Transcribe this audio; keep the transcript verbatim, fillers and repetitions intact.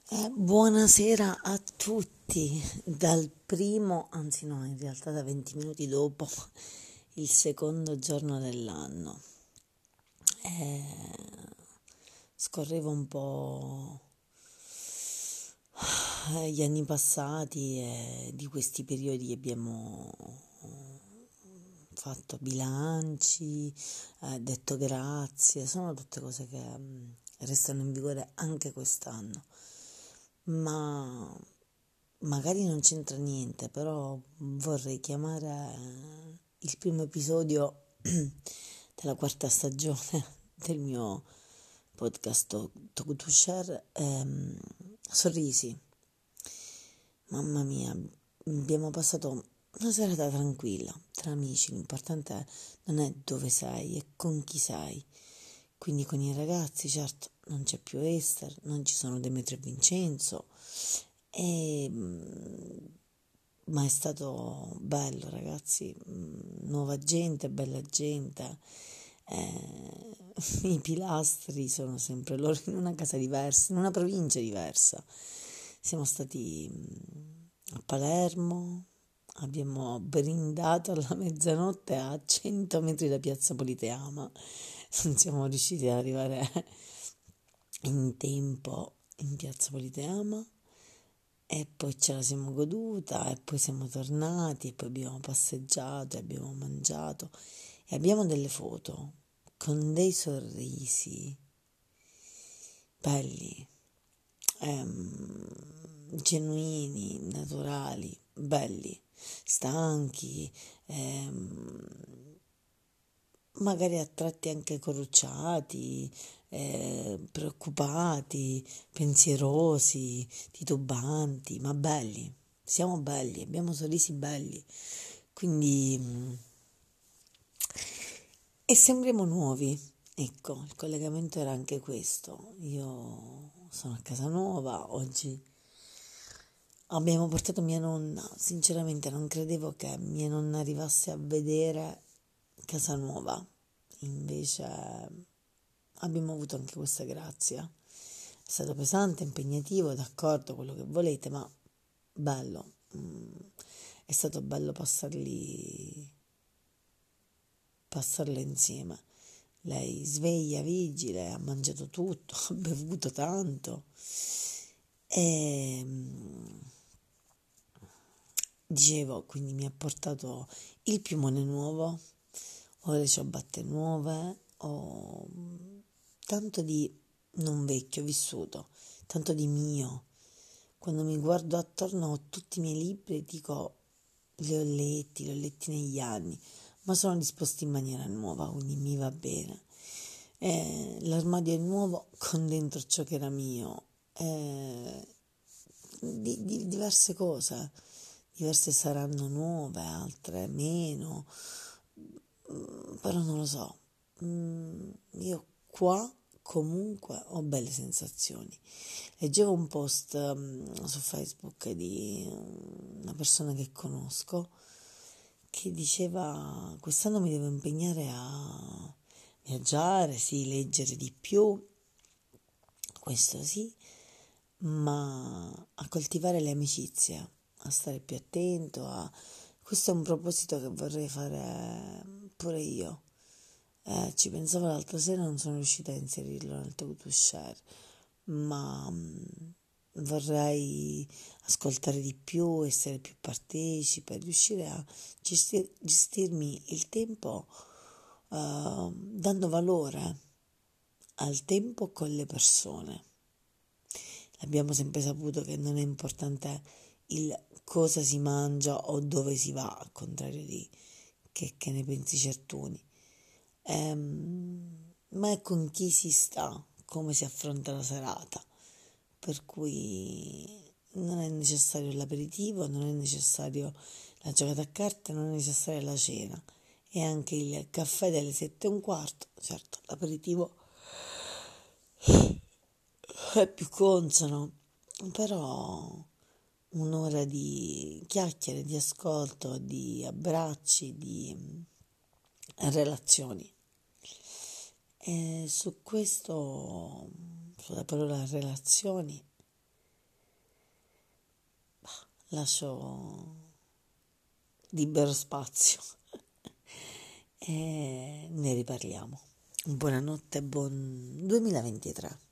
Eh, buonasera a tutti, dal primo, anzi no, in realtà da venti minuti dopo il secondo giorno dell'anno. Eh, scorrevo un po' eh, gli anni passati e di questi periodi abbiamo fatto bilanci, eh, detto grazie, sono tutte cose che mm, restano in vigore anche quest'anno. Ma magari non c'entra niente, però vorrei chiamare il primo episodio della quarta stagione del mio podcast Talk Talk to Share ehm, sorrisi. Mamma mia, abbiamo passato una serata tranquilla tra amici, l'importante non è dove sei, è con chi sei. Quindi con i ragazzi, certo, non c'è più Esther, non ci sono Demetrio e Vincenzo, e, mm, ma è stato bello, ragazzi, mm, nuova gente, bella gente. eh, I pilastri sono sempre loro in una casa diversa, in una provincia diversa. Siamo stati mm, a Palermo, abbiamo brindato alla mezzanotte a cento metri da Piazza Politeama. Non siamo riusciti ad arrivare in tempo in Piazza Politeama e poi ce la siamo goduta e poi siamo tornati e poi abbiamo passeggiato e abbiamo mangiato e abbiamo delle foto con dei sorrisi belli, ehm, genuini, naturali, belli, stanchi, ehm, magari a tratti anche corrucciati, eh, preoccupati, pensierosi, titubanti, ma belli. Siamo belli, abbiamo sorrisi belli. Quindi mm, e sembriamo nuovi. Ecco, il collegamento era anche questo. Io sono a casa nuova, oggi abbiamo portato mia nonna. Sinceramente non credevo che mia nonna arrivasse a vedere casa nuova. Invece abbiamo avuto anche questa grazia. È stato pesante, impegnativo, d'accordo, quello che volete, ma bello. Mm, è stato bello passarli, passarle insieme. Lei sveglia, vigile, ha mangiato tutto, ha bevuto tanto e mm, dicevo, quindi mi ha portato il piumone nuovo, ho le ciabatte nuove, ho tanto di non vecchio vissuto, tanto di mio. Quando mi guardo attorno ho tutti i miei libri e dico li ho letti, li ho letti negli anni, ma sono disposti in maniera nuova, quindi mi va bene. Eh, l'armadio è nuovo con dentro ciò che era mio, eh, di, di diverse cose, diverse saranno nuove, altre meno, mm, però non lo so. Mm, io qua comunque ho belle sensazioni. Leggevo un post um, su Facebook di um, una persona che conosco che diceva quest'anno mi devo impegnare a viaggiare, sì, leggere di più, questo sì, ma a coltivare le amicizie, a stare più attento, a... questo è un proposito che vorrei fare pure io. Eh, ci pensavo l'altra sera, non sono riuscita a inserirlo nel Talk to Share, ma mm, vorrei ascoltare di più, essere più partecipe, riuscire a gestir- gestirmi il tempo eh, dando valore al tempo con le persone. Abbiamo sempre saputo che non è importante il cosa si mangia o dove si va, al contrario di che, che ne pensi certuni. Ehm, ma è con chi si sta, come si affronta la serata. Per cui non è necessario l'aperitivo, non è necessario la giocata a carte, non è necessaria la cena. E anche il caffè delle sette e un quarto, certo, l'aperitivo è più consono, però un'ora di chiacchiere, di ascolto, di abbracci, di mm, relazioni. E su questo, sulla parola relazioni, lascio libero spazio e ne riparliamo. Buonanotte, buon duemilaventitré.